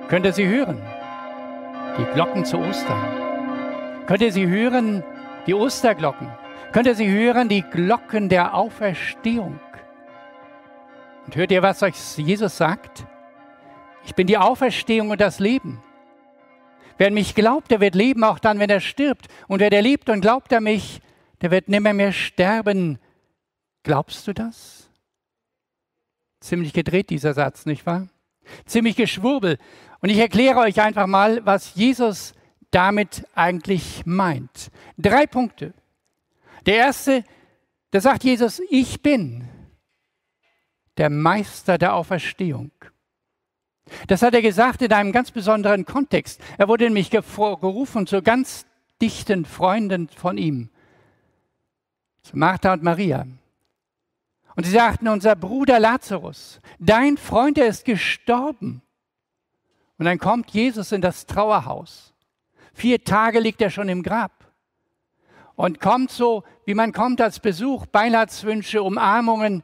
Könnt ihr sie hören? Die Glocken zu Ostern. Könnt ihr sie hören? Die Osterglocken. Könnt ihr sie hören? Die Glocken der Auferstehung. Und hört ihr, was euch Jesus sagt? Ich bin die Auferstehung und das Leben. Wer an mich glaubt, der wird leben, auch dann, wenn er stirbt. Und wer der lebt und glaubt an mich, der wird nimmer mehr sterben. Glaubst du das? Ziemlich gedreht, dieser Satz, nicht wahr? Ziemlich Geschwurbel. Und ich erkläre euch einfach mal, was Jesus damit eigentlich meint. 3 Punkte. Der erste, da sagt Jesus, ich bin der Meister der Auferstehung. Das hat er gesagt in einem ganz besonderen Kontext. Er wurde nämlich gerufen zu ganz dichten Freunden von ihm, zu Martha und Maria. Und sie sagten, unser Bruder Lazarus, dein Freund, der ist gestorben. Und dann kommt Jesus in das Trauerhaus. 4 Tage liegt er schon im Grab. Und kommt so, wie man kommt als Besuch, Beileidswünsche, Umarmungen.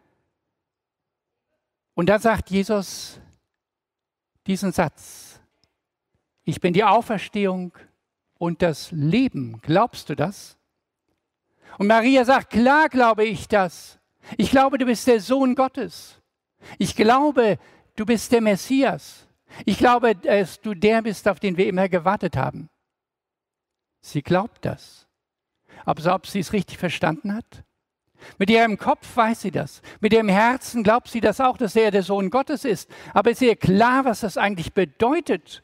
Und dann sagt Jesus diesen Satz: Ich bin die Auferstehung und das Leben. Glaubst du das? Und Maria sagt, klar glaube ich das. Ich glaube, du bist der Sohn Gottes. Ich glaube, du bist der Messias. Ich glaube, dass du der bist, auf den wir immer gewartet haben. Sie glaubt das. Aber ob sie es richtig verstanden hat? Mit ihrem Kopf weiß sie das. Mit ihrem Herzen glaubt sie das auch, dass er der Sohn Gottes ist. Aber ist ihr klar, was das eigentlich bedeutet?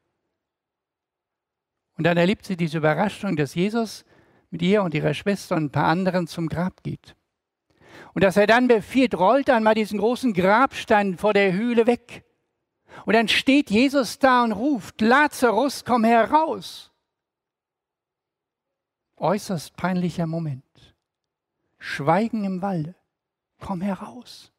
Und dann erlebt sie diese Überraschung, dass Jesus mit ihr und ihrer Schwester und ein paar anderen zum Grab geht. Und dass er dann befiehlt, rollt einmal diesen großen Grabstein vor der Höhle weg. Und dann steht Jesus da und ruft, Lazarus, komm heraus. Äußerst peinlicher Moment. Schweigen im Walde, komm heraus.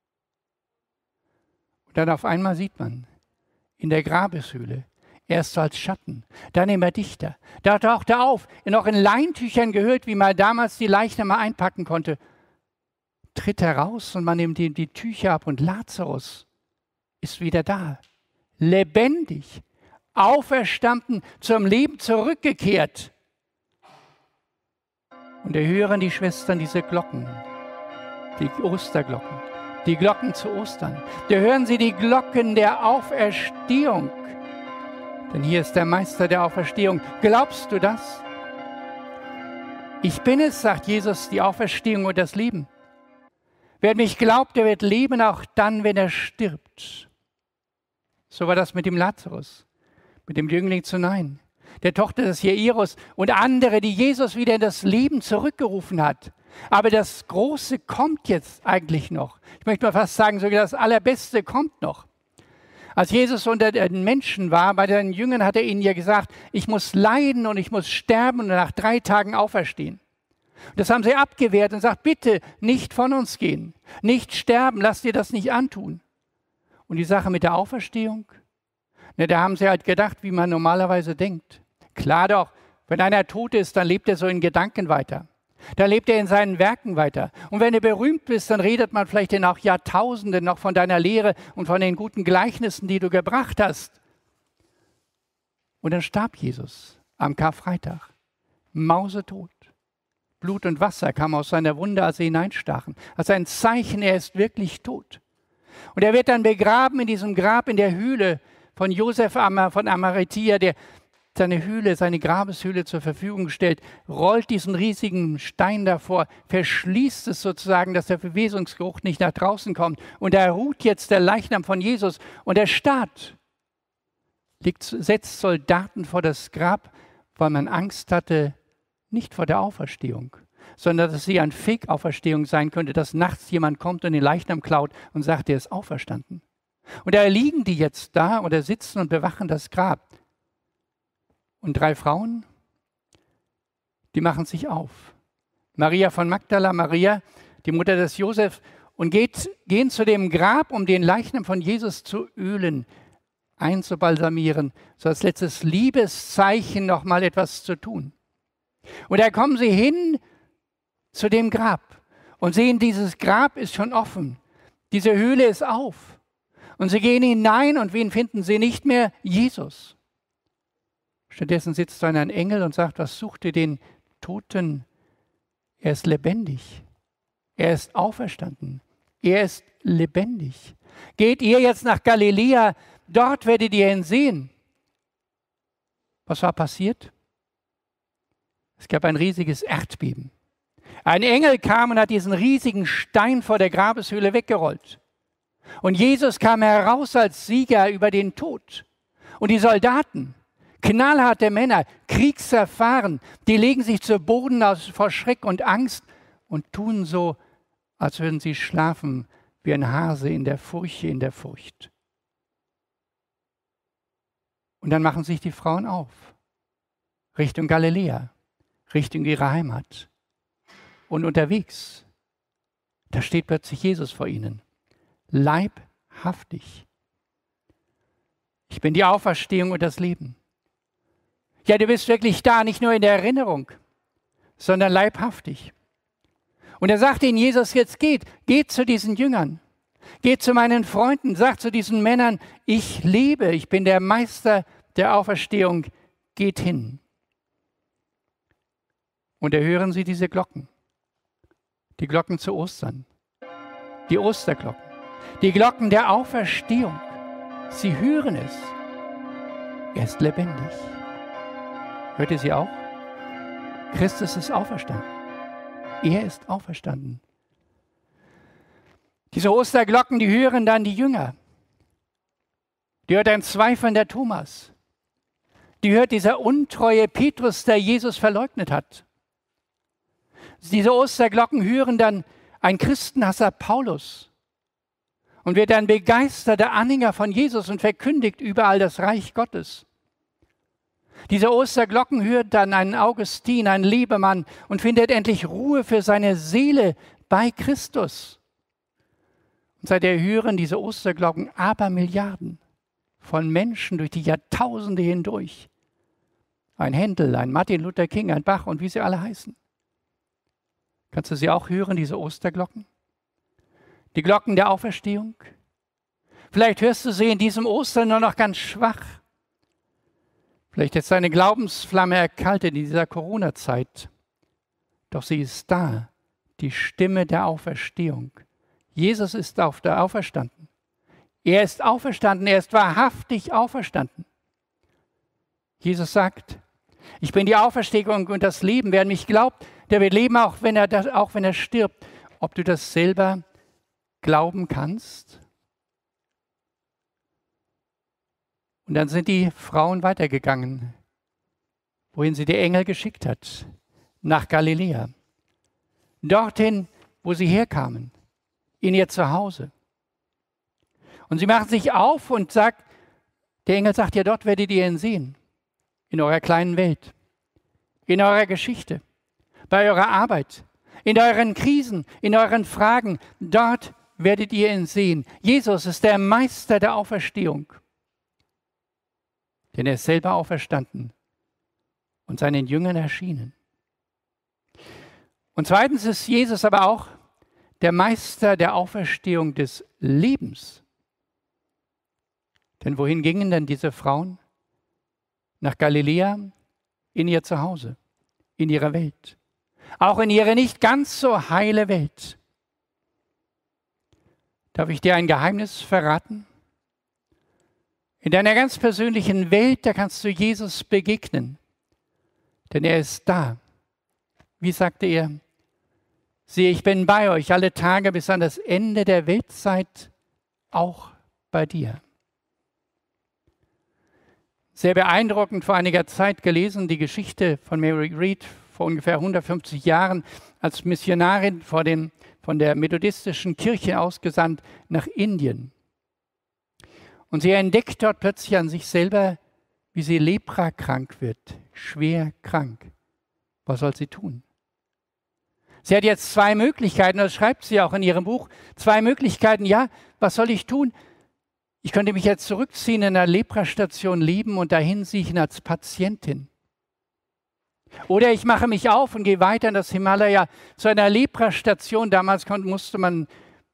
Und dann auf einmal sieht man in der Grabeshöhle, erst so als Schatten, dann immer dichter. Da taucht er auf, noch in Leintüchern gehüllt, wie man damals die Leichname einpacken konnte. Tritt heraus und man nimmt ihm die Tücher ab und Lazarus ist wieder da. Lebendig, auferstanden, zum Leben zurückgekehrt. Und da hören die Schwestern diese Glocken, die Osterglocken, die Glocken zu Ostern. Da hören sie die Glocken der Auferstehung. Denn hier ist der Meister der Auferstehung. Glaubst du das? Ich bin es, sagt Jesus, die Auferstehung und das Leben. Wer an mich glaubt, der wird leben, auch dann, wenn er stirbt. So war das mit dem Lazarus, mit dem Jüngling zu Nain, der Tochter des Jairus und andere, die Jesus wieder in das Leben zurückgerufen hat. Aber das Große kommt jetzt eigentlich noch. Ich möchte mal fast sagen, sogar das Allerbeste kommt noch. Als Jesus unter den Menschen war, bei den Jüngern hat er ihnen ja gesagt, ich muss leiden und ich muss sterben und nach 3 Tagen auferstehen. Und das haben sie abgewehrt und sagt, bitte nicht von uns gehen, nicht sterben, lass dir das nicht antun. Und die Sache mit der Auferstehung, ne, da haben sie halt gedacht, wie man normalerweise denkt. Klar doch, wenn einer tot ist, dann lebt er so in Gedanken weiter. Da lebt er in seinen Werken weiter. Und wenn du berühmt bist, dann redet man vielleicht in auch Jahrtausenden noch von deiner Lehre und von den guten Gleichnissen, die du gebracht hast. Und dann starb Jesus am Karfreitag, mausetot. Blut und Wasser kam aus seiner Wunde, als sie hineinstachen. Als ein Zeichen, er ist wirklich tot. Und er wird dann begraben in diesem Grab in der Höhle von Josef von Arimathäa, der seine Höhle, seine Grabeshöhle zur Verfügung stellt, rollt diesen riesigen Stein davor, verschließt es sozusagen, dass der Verwesungsgeruch nicht nach draußen kommt. Und da ruht jetzt der Leichnam von Jesus. Und der Staat setzt Soldaten vor das Grab, weil man Angst hatte, nicht vor der Auferstehung, sondern dass sie eine Fake-Auferstehung sein könnte, dass nachts jemand kommt und den Leichnam klaut und sagt, er ist auferstanden. Und da liegen die jetzt da oder sitzen und bewachen das Grab. Und 3 Frauen, die machen sich auf. Maria von Magdala, Maria, die Mutter des Josef, und gehen zu dem Grab, um den Leichnam von Jesus zu ölen, einzubalsamieren, so als letztes Liebeszeichen nochmal etwas zu tun. Und da kommen sie hin zu dem Grab und sehen, dieses Grab ist schon offen. Diese Höhle ist auf. Und sie gehen hinein und wen finden sie nicht mehr? Jesus. Stattdessen sitzt dann ein Engel und sagt, was sucht ihr den Toten? Er ist lebendig. Er ist auferstanden. Er ist lebendig. Geht ihr jetzt nach Galiläa, dort werdet ihr ihn sehen. Was war passiert? Es gab ein riesiges Erdbeben. Ein Engel kam und hat diesen riesigen Stein vor der Grabeshöhle weggerollt. Und Jesus kam heraus als Sieger über den Tod. Und die Soldaten, knallharte Männer, kriegserfahren, die legen sich zu Boden vor Schreck und Angst und tun so, als würden sie schlafen wie ein Hase in der Furche, in der Furcht. Und dann machen sich die Frauen auf, Richtung Galiläa, Richtung ihrer Heimat. Und unterwegs, da steht plötzlich Jesus vor ihnen, leibhaftig. Ich bin die Auferstehung und das Leben. Ja, du bist wirklich da, nicht nur in der Erinnerung, sondern leibhaftig. Und er sagte ihnen, Jesus, jetzt geht zu diesen Jüngern, geht zu meinen Freunden, sagt zu diesen Männern, ich lebe, ich bin der Meister der Auferstehung, geht hin. Und da hören sie diese Glocken, die Glocken zu Ostern, die Osterglocken, die Glocken der Auferstehung. Sie hören es, er ist lebendig. Hört ihr sie auch? Christus ist auferstanden. Er ist auferstanden. Diese Osterglocken, die hören dann die Jünger. Die hört ein zweifelnder Thomas. Die hört dieser untreue Petrus, der Jesus verleugnet hat. Diese Osterglocken hören dann ein Christenhasser Paulus und wird ein begeisterter Anhänger von Jesus und verkündigt überall das Reich Gottes. Diese Osterglocken hört dann ein Augustin, ein Lebemann und findet endlich Ruhe für seine Seele bei Christus. Und seither hören diese Osterglocken Abermilliarden von Menschen durch die Jahrtausende hindurch. Ein Händel, ein Martin Luther King, ein Bach und wie sie alle heißen. Kannst du sie auch hören, diese Osterglocken? Die Glocken der Auferstehung? Vielleicht hörst du sie in diesem Ostern nur noch ganz schwach. Vielleicht ist deine Glaubensflamme erkaltet in dieser Corona-Zeit. Doch sie ist da, die Stimme der Auferstehung. Jesus ist auferstanden. Er ist auferstanden, er ist wahrhaftig auferstanden. Jesus sagt, ich bin die Auferstehung und das Leben. Wer an mich glaubt, der wird leben, auch wenn er stirbt. Ob du das selber glauben kannst? Und dann sind die Frauen weitergegangen, wohin sie der Engel geschickt hat, nach Galiläa. Dorthin, wo sie herkamen, in ihr Zuhause. Und sie machen sich auf und der Engel sagt, ja, dort werdet ihr ihn sehen, in eurer kleinen Welt, in eurer Geschichte, bei eurer Arbeit, in euren Krisen, in euren Fragen, dort werdet ihr ihn sehen. Jesus ist der Meister der Auferstehung. Denn er ist selber auferstanden und seinen Jüngern erschienen. Und zweitens ist Jesus aber auch der Meister der Auferstehung des Lebens. Denn wohin gingen denn diese Frauen? Nach Galiläa, in ihr Zuhause, in ihre Welt. Auch in ihre nicht ganz so heile Welt. Darf ich dir ein Geheimnis verraten? In deiner ganz persönlichen Welt, da kannst du Jesus begegnen. Denn er ist da. Wie sagte er? Siehe, ich bin bei euch alle Tage bis an das Ende der Weltzeit, auch bei dir. Sehr beeindruckend vor einiger Zeit gelesen, die Geschichte von Mary Read vor ungefähr 150 Jahren als Missionarin von der methodistischen Kirche ausgesandt nach Indien. Und sie entdeckt dort plötzlich an sich selber, wie sie leprakrank wird, schwer krank. Was soll sie tun? Sie hat jetzt zwei Möglichkeiten, das schreibt sie auch in ihrem Buch, zwei Möglichkeiten. Ja, was soll ich tun? Ich könnte mich jetzt zurückziehen, in einer Leprastation leben und dahin siechen als Patientin. Oder ich mache mich auf und gehe weiter in das Himalaya zu einer Leprastation. Damals musste man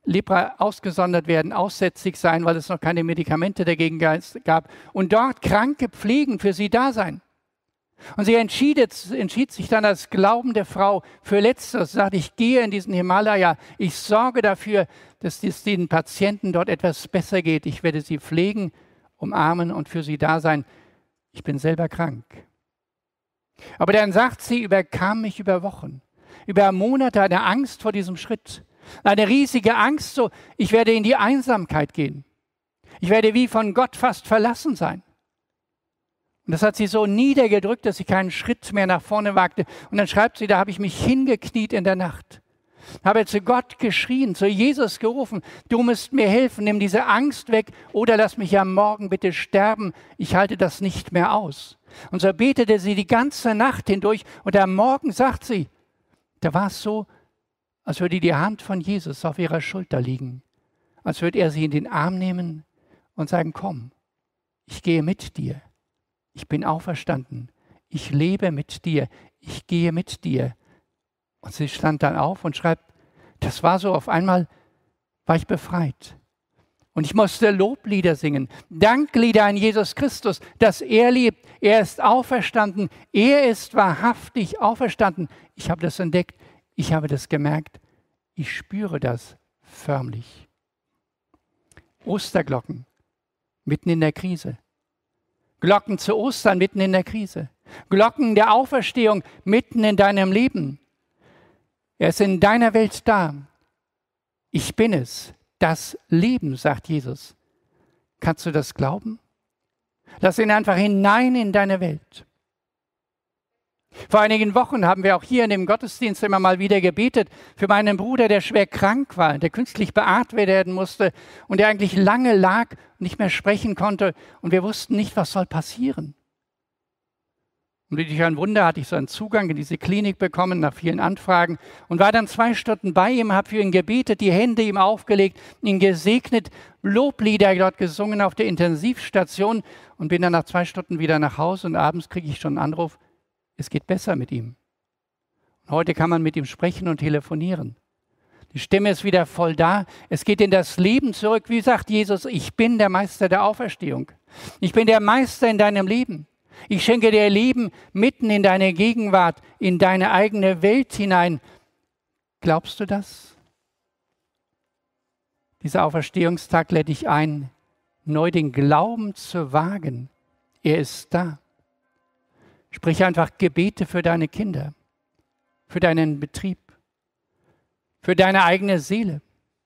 Lepra ausgesondert werden, aussätzig sein, weil es noch keine Medikamente dagegen gab und dort Kranke pflegen, für sie da sein. Und sie entschied sich dann als glaubende Frau für Letzteres, sagte, ich gehe in diesen Himalaya, ich sorge dafür, dass es den Patienten dort etwas besser geht. Ich werde sie pflegen, umarmen und für sie da sein. Ich bin selber krank. Aber dann sagt sie, überkam mich über Wochen, über Monate eine Angst vor diesem Schritt. Eine riesige Angst, so ich werde in die Einsamkeit gehen. Ich werde wie von Gott fast verlassen sein. Und das hat sie so niedergedrückt, dass sie keinen Schritt mehr nach vorne wagte. Und dann schreibt sie, da habe ich mich hingekniet in der Nacht, habe zu Gott geschrien, zu Jesus gerufen, du musst mir helfen, nimm diese Angst weg oder lass mich am Morgen bitte sterben, ich halte das nicht mehr aus. Und so betete sie die ganze Nacht hindurch und am Morgen sagt sie, da war es so, als würde die Hand von Jesus auf ihrer Schulter liegen, als würde er sie in den Arm nehmen und sagen, komm, ich gehe mit dir. Ich bin auferstanden. Ich lebe mit dir. Ich gehe mit dir. Und sie stand dann auf und schreibt, das war so, auf einmal war ich befreit. Und ich musste Loblieder singen, Danklieder an Jesus Christus, dass er lebt. Er ist auferstanden. Er ist wahrhaftig auferstanden. Ich habe das entdeckt. Ich habe das gemerkt. Ich spüre das förmlich. Osterglocken mitten in der Krise. Glocken zu Ostern mitten in der Krise. Glocken der Auferstehung mitten in deinem Leben. Er ist in deiner Welt da. Ich bin es, das Leben, sagt Jesus. Kannst du das glauben? Lass ihn einfach hinein in deine Welt. Vor einigen Wochen haben wir auch hier in dem Gottesdienst immer mal wieder gebetet für meinen Bruder, der schwer krank war, der künstlich beatmet werden musste und der eigentlich lange lag und nicht mehr sprechen konnte und wir wussten nicht, was soll passieren. Und durch ein Wunder hatte ich so einen Zugang in diese Klinik bekommen nach vielen Anfragen und war dann 2 Stunden bei ihm, habe für ihn gebetet, die Hände ihm aufgelegt, ihn gesegnet, Loblieder dort gesungen auf der Intensivstation und bin dann nach 2 Stunden wieder nach Hause und abends kriege ich schon einen Anruf, es geht besser mit ihm. Und heute kann man mit ihm sprechen und telefonieren. Die Stimme ist wieder voll da. Es geht in das Leben zurück. Wie sagt Jesus, ich bin der Meister der Auferstehung. Ich bin der Meister in deinem Leben. Ich schenke dir Leben mitten in deine Gegenwart, in deine eigene Welt hinein. Glaubst du das? Dieser Auferstehungstag lädt dich ein, neu den Glauben zu wagen. Er ist da. Sprich einfach Gebete für deine Kinder, für deinen Betrieb, für deine eigene Seele.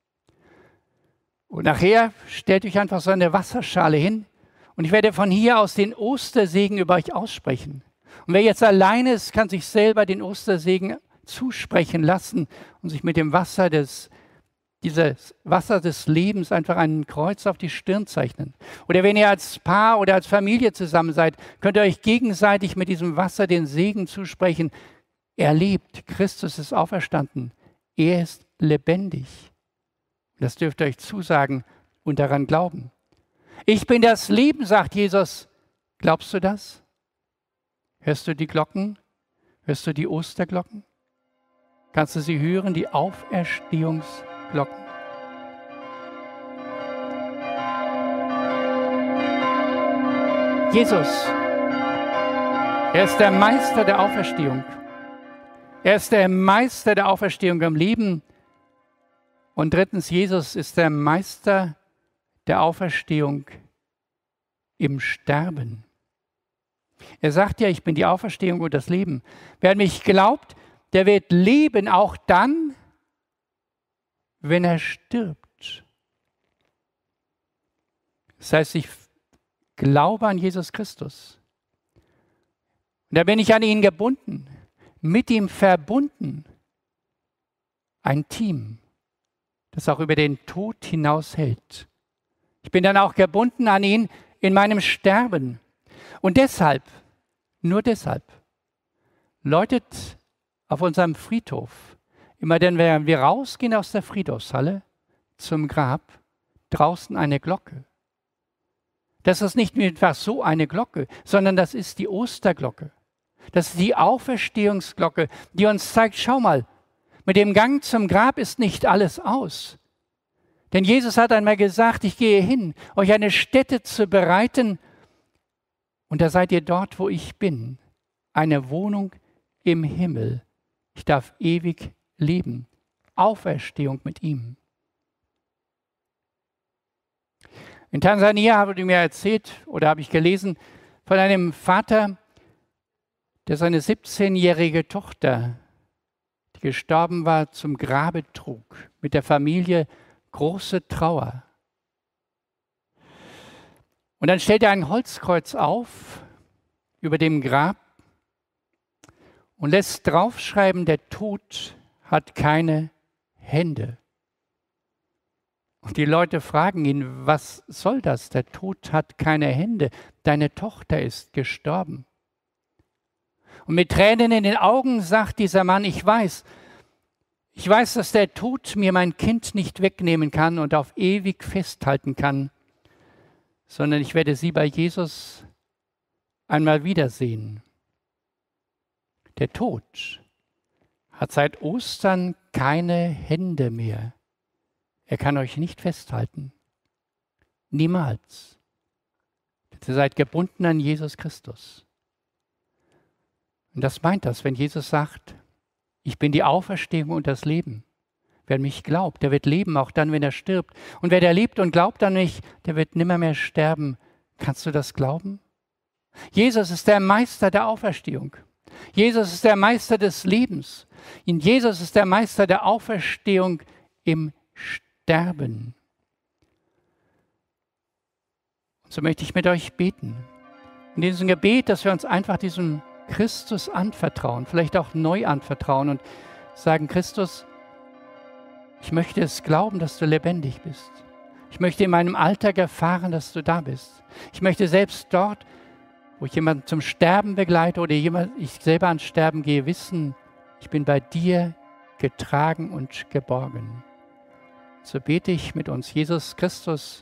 Und nachher stellt euch einfach so eine Wasserschale hin und ich werde von hier aus den Ostersegen über euch aussprechen. Und wer jetzt alleine ist, kann sich selber den Ostersegen zusprechen lassen und sich mit dem Wasser dieses Wasser des Lebens einfach ein Kreuz auf die Stirn zeichnen. Oder wenn ihr als Paar oder als Familie zusammen seid, könnt ihr euch gegenseitig mit diesem Wasser den Segen zusprechen. Er lebt, Christus ist auferstanden, er ist lebendig. Das dürft ihr euch zusagen und daran glauben. Ich bin das Leben, sagt Jesus. Glaubst du das? Hörst du die Glocken? Hörst du die Osterglocken? Kannst du sie hören, die Auferstehungsglocken? Jesus, er ist der Meister der Auferstehung. Er ist der Meister der Auferstehung im Leben. Und drittens, Jesus ist der Meister der Auferstehung im Sterben. Er sagt ja, ich bin die Auferstehung und das Leben. Wer an mich glaubt, der wird leben, auch dann, wenn er stirbt. Das heißt, ich glaube an Jesus Christus. Und da bin ich an ihn gebunden, mit ihm verbunden. Ein Team, das auch über den Tod hinaus hält. Ich bin dann auch gebunden an ihn in meinem Sterben. Und deshalb, nur deshalb, läutet auf unserem Friedhof, immer denn wenn wir rausgehen aus der Friedhofshalle zum Grab, draußen eine Glocke. Das ist nicht einfach so eine Glocke, sondern das ist die Osterglocke. Das ist die Auferstehungsglocke, die uns zeigt, schau mal, mit dem Gang zum Grab ist nicht alles aus. Denn Jesus hat einmal gesagt, ich gehe hin, euch eine Stätte zu bereiten, und da seid ihr dort, wo ich bin, eine Wohnung im Himmel. Ich darf ewig leben, Auferstehung mit ihm. In Tansania wurde mir erzählt oder habe ich gelesen von einem Vater, der seine 17-jährige Tochter, die gestorben war, zum Grabe trug. Mit der Familie große Trauer. Und dann stellt er ein Holzkreuz auf über dem Grab und lässt draufschreiben, der Tod hat keine Hände. Und die Leute fragen ihn, was soll das? Der Tod hat keine Hände. Deine Tochter ist gestorben. Und mit Tränen in den Augen sagt dieser Mann, ich weiß, dass der Tod mir mein Kind nicht wegnehmen kann und auf ewig festhalten kann, sondern ich werde sie bei Jesus einmal wiedersehen. Der Tod hat seit Ostern keine Hände mehr. Er kann euch nicht festhalten. Niemals. Ihr seid gebunden an Jesus Christus. Und das meint das, wenn Jesus sagt, ich bin die Auferstehung und das Leben. Wer an mich glaubt, der wird leben, auch dann, wenn er stirbt. Und wer der lebt und glaubt an mich, der wird nimmer mehr sterben. Kannst du das glauben? Jesus ist der Meister der Auferstehung. Jesus ist der Meister des Lebens. In Jesus ist der Meister der Auferstehung im Sterben. Und so möchte ich mit euch beten. In diesem Gebet, dass wir uns einfach diesem Christus anvertrauen, vielleicht auch neu anvertrauen und sagen, Christus, ich möchte es glauben, dass du lebendig bist. Ich möchte in meinem Alltag erfahren, dass du da bist. Ich möchte selbst dort, wo ich jemanden zum Sterben begleite oder ich selber ans Sterben gehe, wissen, ich bin bei dir getragen und geborgen. So bete ich mit uns, Jesus Christus,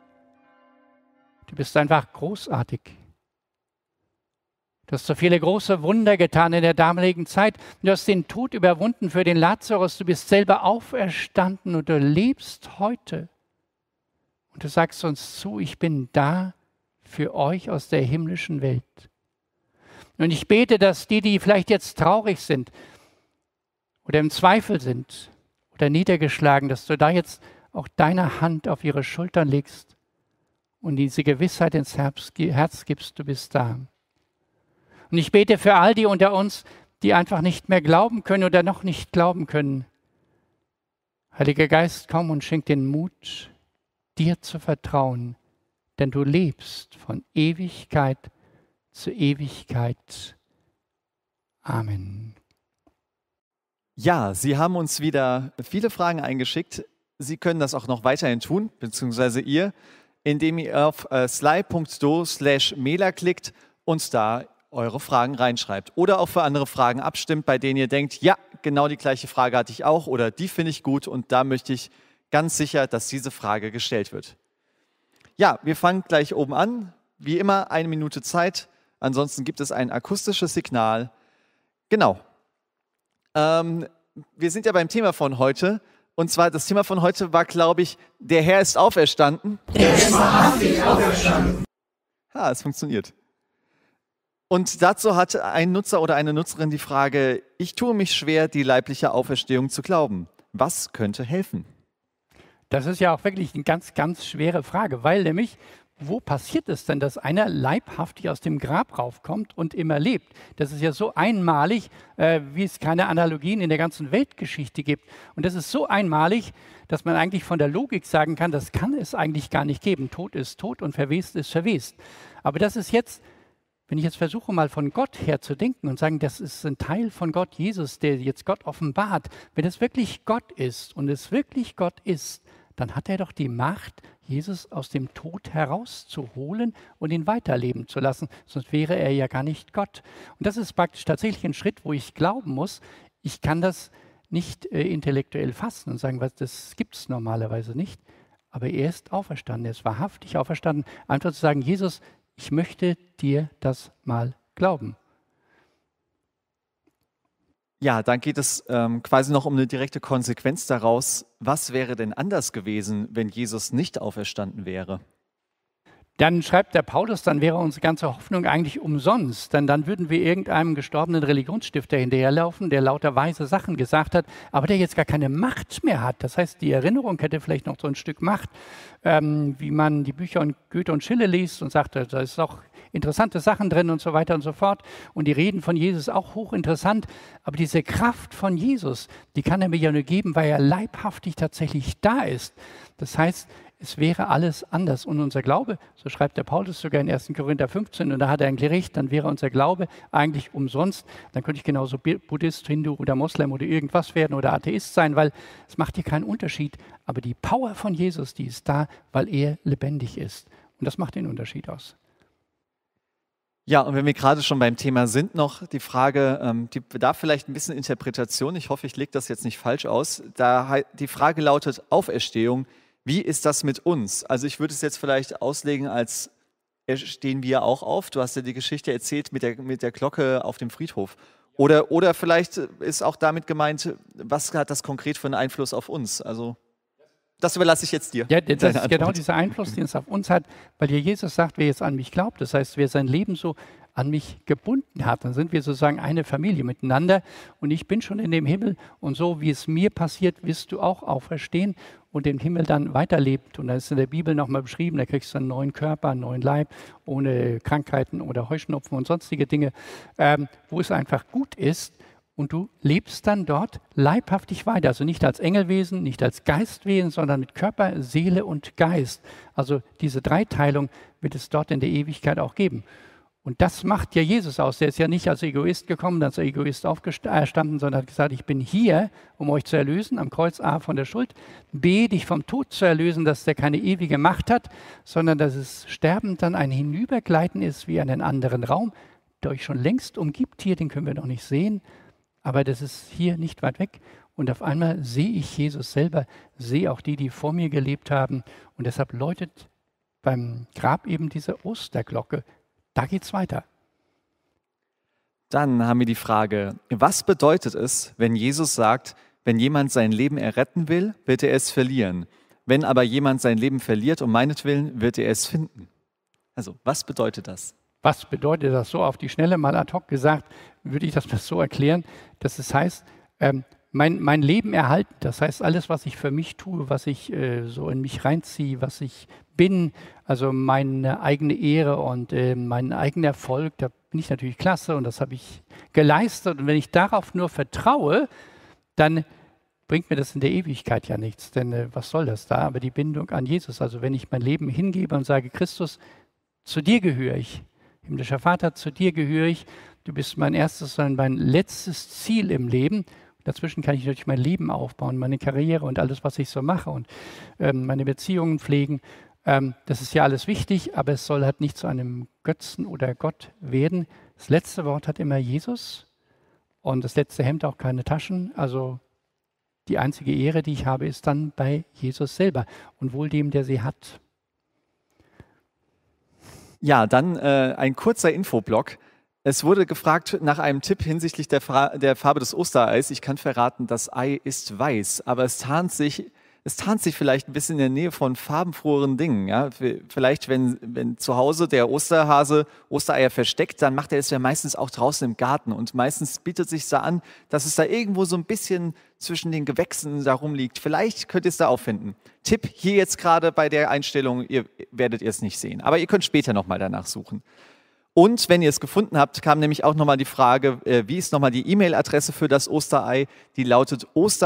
du bist einfach großartig. Du hast so viele große Wunder getan in der damaligen Zeit. Du hast den Tod überwunden für den Lazarus. Du bist selber auferstanden und du lebst heute. Und du sagst uns zu, ich bin da für euch aus der himmlischen Welt. Und ich bete, dass die vielleicht jetzt traurig sind oder im Zweifel sind oder niedergeschlagen, dass du da jetzt auch deine Hand auf ihre Schultern legst und diese Gewissheit ins Herz gibst, du bist da. Und ich bete für all die unter uns, die einfach nicht mehr glauben können oder noch nicht glauben können. Heiliger Geist, komm und schenk den Mut, dir zu vertrauen, denn du lebst von Ewigkeit zu Ewigkeit. Amen. Ja, Sie haben uns wieder viele Fragen eingeschickt. Sie können das auch noch weiterhin tun, beziehungsweise ihr, indem ihr auf sly.do/mela klickt und da eure Fragen reinschreibt. Oder auch für andere Fragen abstimmt, bei denen ihr denkt, ja, genau die gleiche Frage hatte ich auch oder die finde ich gut und da möchte ich ganz sicher, dass diese Frage gestellt wird. Ja, wir fangen gleich oben an. Wie immer 1 Minute Zeit. Ansonsten gibt es ein akustisches Signal. Genau. Wir sind ja beim Thema von heute. Und zwar, das Thema von heute war, glaube ich, der Herr ist auferstanden. Er ist wahrhaftig auferstanden. Ja, es funktioniert. Und dazu hat ein Nutzer oder eine Nutzerin die Frage, ich tue mich schwer, die leibliche Auferstehung zu glauben. Was könnte helfen? Das ist ja auch wirklich eine ganz, ganz schwere Frage, weil nämlich, wo passiert es denn, dass einer leibhaftig aus dem Grab raufkommt und immer lebt? Das ist ja so einmalig, wie es keine Analogien in der ganzen Weltgeschichte gibt. Und das ist so einmalig, dass man eigentlich von der Logik sagen kann, das kann es eigentlich gar nicht geben. Tod ist tot und verwest ist verwest. Aber das ist jetzt, wenn ich jetzt versuche, mal von Gott her zu denken und sagen, das ist ein Teil von Gott, Jesus, der jetzt Gott offenbart, wenn es wirklich Gott ist und es wirklich Gott ist, dann hat er doch die Macht, Jesus aus dem Tod herauszuholen und ihn weiterleben zu lassen. Sonst wäre er ja gar nicht Gott. Und das ist praktisch tatsächlich ein Schritt, wo ich glauben muss, ich kann das nicht intellektuell fassen und sagen, das gibt es normalerweise nicht. Aber er ist auferstanden, er ist wahrhaftig auferstanden. Einfach zu sagen, Jesus, ich möchte dir das mal glauben. Ja, dann geht es quasi noch um eine direkte Konsequenz daraus. Was wäre denn anders gewesen, wenn Jesus nicht auferstanden wäre? Dann schreibt der Paulus, dann wäre unsere ganze Hoffnung eigentlich umsonst, denn dann würden wir irgendeinem gestorbenen Religionsstifter hinterherlaufen, der lauter weise Sachen gesagt hat, aber der jetzt gar keine Macht mehr hat. Das heißt, die Erinnerung hätte vielleicht noch so ein Stück Macht, wie man die Bücher von Goethe und Schiller liest und sagt, da ist auch interessante Sachen drin und so weiter und so fort. Und die Reden von Jesus auch hochinteressant. Aber diese Kraft von Jesus, die kann er mir ja nur geben, weil er leibhaftig tatsächlich da ist. Das heißt, es wäre alles anders. Und unser Glaube, so schreibt der Paulus sogar in 1. Korinther 15, und da hat er ein Gericht, dann wäre unser Glaube eigentlich umsonst. Dann könnte ich genauso Buddhist, Hindu oder Moslem oder irgendwas werden oder Atheist sein, weil es macht hier keinen Unterschied. Aber die Power von Jesus, die ist da, weil er lebendig ist. Und das macht den Unterschied aus. Ja, und wenn wir gerade schon beim Thema sind, noch die Frage, die bedarf vielleicht ein bisschen Interpretation. Ich hoffe, ich lege das jetzt nicht falsch aus. Die Frage lautet Auferstehung. Wie ist das mit uns? Also ich würde es jetzt vielleicht auslegen, als stehen wir auch auf. Du hast ja die Geschichte erzählt mit der Glocke auf dem Friedhof. Oder vielleicht ist auch damit gemeint, was hat das konkret für einen Einfluss auf uns? Also das überlasse ich jetzt dir. Ja, das ist genau dieser Einfluss, den es auf uns hat, weil hier Jesus sagt, wer jetzt an mich glaubt, das heißt, wer sein Leben so an mich gebunden hat, dann sind wir sozusagen eine Familie miteinander und ich bin schon in dem Himmel und so wie es mir passiert, wirst du auch auferstehen und im Himmel dann weiterlebt. Und da ist in der Bibel nochmal beschrieben, da kriegst du einen neuen Körper, einen neuen Leib, ohne Krankheiten oder Heuschnupfen und sonstige Dinge, wo es einfach gut ist. Und du lebst dann dort leibhaftig weiter, also nicht als Engelwesen, nicht als Geistwesen, sondern mit Körper, Seele und Geist. Also diese Dreiteilung wird es dort in der Ewigkeit auch geben. Und das macht ja Jesus aus. Der ist ja nicht als Egoist gekommen, als Egoist aufgestanden, sondern hat gesagt, ich bin hier, um euch zu erlösen, am Kreuz A von der Schuld, B, dich vom Tod zu erlösen, dass der keine ewige Macht hat, sondern dass es Sterben dann ein Hinübergleiten ist wie in einen anderen Raum, der euch schon längst umgibt hier, den können wir noch nicht sehen, aber das ist hier nicht weit weg. Und auf einmal sehe ich Jesus selber, sehe auch die vor mir gelebt haben. Und deshalb läutet beim Grab eben diese Osterglocke. Da geht's weiter. Dann haben wir die Frage, was bedeutet es, wenn Jesus sagt, wenn jemand sein Leben erretten will, wird er es verlieren. Wenn aber jemand sein Leben verliert, um meinetwillen, wird er es finden. Also, was bedeutet das? Was bedeutet das so auf die Schnelle mal ad hoc gesagt, würde ich das mal so erklären, dass es heißt, mein Leben erhalten, das heißt alles, was ich für mich tue, was ich so in mich reinziehe, was ich bin, also meine eigene Ehre und meinen eigenen Erfolg, da bin ich natürlich klasse und das habe ich geleistet und wenn ich darauf nur vertraue, dann bringt mir das in der Ewigkeit ja nichts, denn was soll das da? Aber die Bindung an Jesus, also wenn ich mein Leben hingebe und sage, Christus, zu dir gehöre ich, himmlischer Vater, zu dir gehöre ich, du bist mein erstes und mein letztes Ziel im Leben. Dazwischen kann ich natürlich mein Leben aufbauen, meine Karriere und alles, was ich so mache und meine Beziehungen pflegen. Das ist ja alles wichtig, aber es soll halt nicht zu einem Götzen oder Gott werden. Das letzte Wort hat immer Jesus und das letzte Hemd auch keine Taschen. Also die einzige Ehre, die ich habe, ist dann bei Jesus selber und wohl dem, der sie hat. Ja, dann ein kurzer Infoblock. Es wurde gefragt nach einem Tipp hinsichtlich der Farbe des Ostereis. Ich kann verraten, das Ei ist weiß, aber es tarnt sich vielleicht ein bisschen in der Nähe von farbenfroheren Dingen. Ja? Vielleicht, wenn zu Hause der Osterhase Ostereier versteckt, dann macht er es ja meistens auch draußen im Garten. Und meistens bietet es sich da an, dass es da irgendwo so ein bisschen zwischen den Gewächsen da rumliegt. Vielleicht könnt ihr es da auffinden. Tipp hier jetzt gerade bei der Einstellung, ihr werdet es nicht sehen. Aber ihr könnt später nochmal danach suchen. Und wenn ihr es gefunden habt, kam nämlich auch nochmal die Frage, wie ist nochmal die E-Mail-Adresse für das Osterei? Die lautet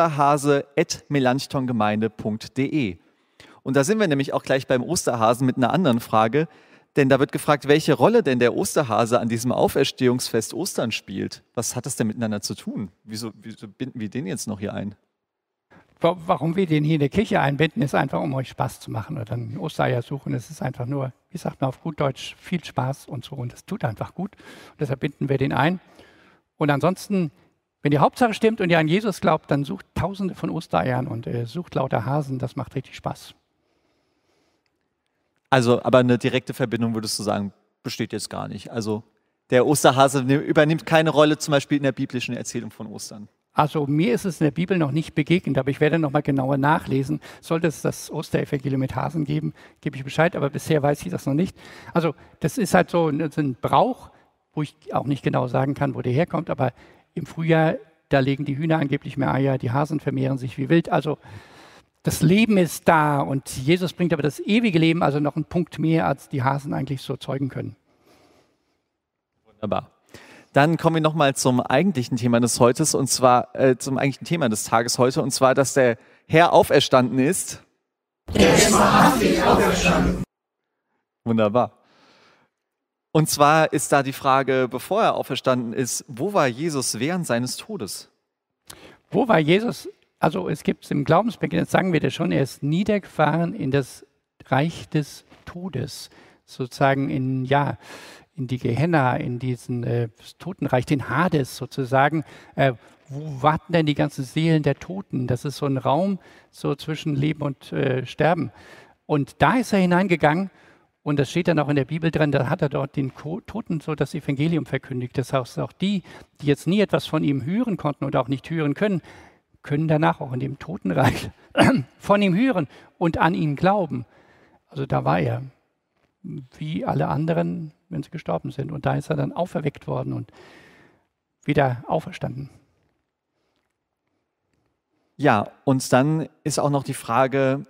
osterhase@melanchthongemeinde.de. Und da sind wir nämlich auch gleich beim Osterhasen mit einer anderen Frage, denn da wird gefragt, welche Rolle denn der Osterhase an diesem Auferstehungsfest Ostern spielt. Was hat das denn miteinander zu tun? Wieso binden wir den jetzt noch hier ein? Warum wir den hier in der Kirche einbinden, ist einfach, um euch Spaß zu machen oder dann Ostereier suchen. Es ist einfach nur, wie sagt man auf gut Deutsch, viel Spaß und so. Und das tut einfach gut. Und deshalb binden wir den ein. Und ansonsten, wenn die Hauptsache stimmt und ihr an Jesus glaubt, dann sucht Tausende von Ostereiern und sucht lauter Hasen. Das macht richtig Spaß. Also, aber eine direkte Verbindung, würdest du sagen, besteht jetzt gar nicht. Also Der Osterhase übernimmt keine Rolle, zum Beispiel in der biblischen Erzählung von Ostern. Also mir ist es in der Bibel noch nicht begegnet, aber ich werde noch mal genauer nachlesen. Sollte es das Osterevangelium mit Hasen geben, gebe ich Bescheid, aber bisher weiß ich das noch nicht. Also das ist halt so ein Brauch, wo ich auch nicht genau sagen kann, wo der herkommt, aber im Frühjahr, da legen die Hühner angeblich mehr Eier, die Hasen vermehren sich wie wild. Also das Leben ist da und Jesus bringt aber das ewige Leben, also noch einen Punkt mehr, als die Hasen eigentlich so zeugen können. Wunderbar. Dann kommen wir nochmal zum eigentlichen Thema des Heutes, und zwar zum eigentlichen Thema des Tages heute, und zwar, dass der Herr auferstanden ist. Er ist wahrhaftig auferstanden. Wunderbar. Und zwar ist da die Frage, bevor er auferstanden ist, wo war Jesus während seines Todes? Wo war Jesus? Also es gibt es im Glaubensbekenntnis, sagen wir das schon, er ist niedergefahren in das Reich des Todes, sozusagen in die Gehenna, in diesen Totenreich, den Hades sozusagen. Wo warten denn die ganzen Seelen der Toten? Das ist so ein Raum so zwischen Leben und Sterben. Und da ist er hineingegangen und das steht dann auch in der Bibel drin, da hat er dort den Toten so das Evangelium verkündigt. Das heißt, auch die jetzt nie etwas von ihm hören konnten oder auch nicht hören können, können danach auch in dem Totenreich von ihm hören und an ihn glauben. Also da war er, wie alle anderen, wenn sie gestorben sind. Und da ist er dann auferweckt worden und wieder auferstanden. Ja, und dann ist auch noch die Frage,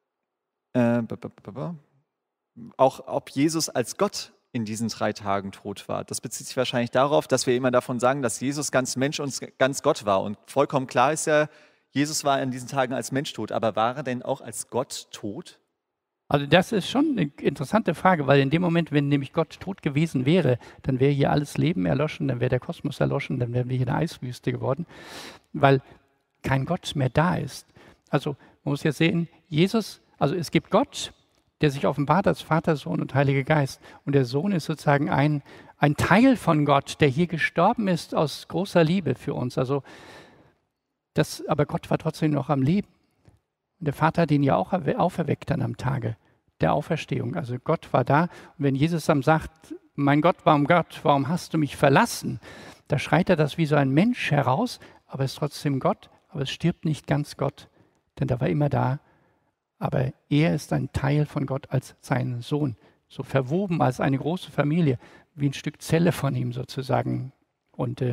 auch ob Jesus als Gott in diesen 3 Tagen tot war. Das bezieht sich wahrscheinlich darauf, dass wir immer davon sagen, dass Jesus ganz Mensch und ganz Gott war. Und vollkommen klar ist ja, Jesus war in diesen Tagen als Mensch tot. Aber war er denn auch als Gott tot? Also das ist schon eine interessante Frage, weil in dem Moment, wenn nämlich Gott tot gewesen wäre, dann wäre hier alles Leben erloschen, dann wäre der Kosmos erloschen, dann wären wir hier eine Eiswüste geworden, weil kein Gott mehr da ist. Also man muss ja sehen, Jesus, also es gibt Gott, der sich offenbart als Vater, Sohn und Heiliger Geist. Und der Sohn ist sozusagen ein Teil von Gott, der hier gestorben ist aus großer Liebe für uns. Also aber Gott war trotzdem noch am Leben. Und der Vater hat ihn ja auch auferweckt dann am Tage der Auferstehung. Also Gott war da. Und wenn Jesus dann sagt, mein Gott, warum hast du mich verlassen? Da schreit er das wie so ein Mensch heraus, aber es ist trotzdem Gott. Aber es stirbt nicht ganz Gott, denn er war immer da. Aber er ist ein Teil von Gott als sein Sohn, so verwoben als eine große Familie, wie ein Stück Zelle von ihm sozusagen. Und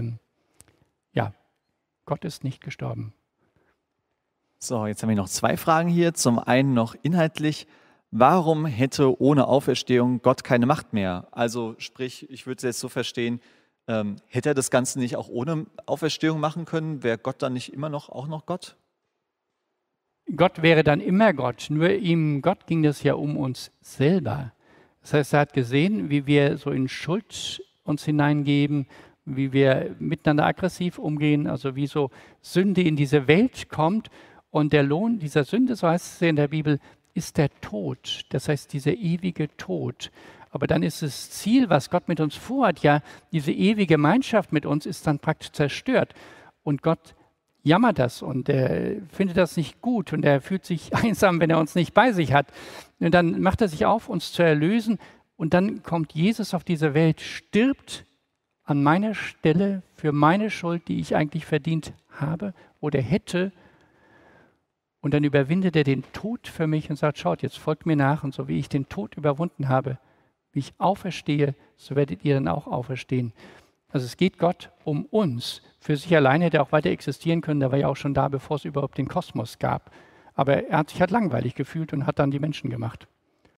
Gott ist nicht gestorben. So, jetzt haben wir noch 2 Fragen hier. Zum einen noch inhaltlich, warum hätte ohne Auferstehung Gott keine Macht mehr? Also sprich, ich würde es jetzt so verstehen, hätte er das Ganze nicht auch ohne Auferstehung machen können? Wäre Gott dann nicht immer noch auch noch Gott? Gott wäre dann immer Gott, nur Gott ging es ja um uns selber. Das heißt, er hat gesehen, wie wir so in Schuld uns hineingeben, wie wir miteinander aggressiv umgehen, also wie so Sünde in diese Welt kommt. Und der Lohn dieser Sünde, so heißt es in der Bibel, ist der Tod. Das heißt, dieser ewige Tod. Aber dann ist das Ziel, was Gott mit uns vorhat, ja, diese ewige Gemeinschaft mit uns ist dann praktisch zerstört. Und Gott jammert das und er findet das nicht gut und er fühlt sich einsam, wenn er uns nicht bei sich hat. Und dann macht er sich auf, uns zu erlösen und dann kommt Jesus auf diese Welt, stirbt an meiner Stelle für meine Schuld, die ich eigentlich verdient habe oder hätte. Und dann überwindet er den Tod für mich und sagt, schaut, jetzt folgt mir nach und so wie ich den Tod überwunden habe, wie ich auferstehe, so werdet ihr dann auch auferstehen. Also es geht Gott um uns. Für sich alleine hätte er auch weiter existieren können, der war ja auch schon da, bevor es überhaupt den Kosmos gab. Aber er hat sich halt langweilig gefühlt und hat dann die Menschen gemacht.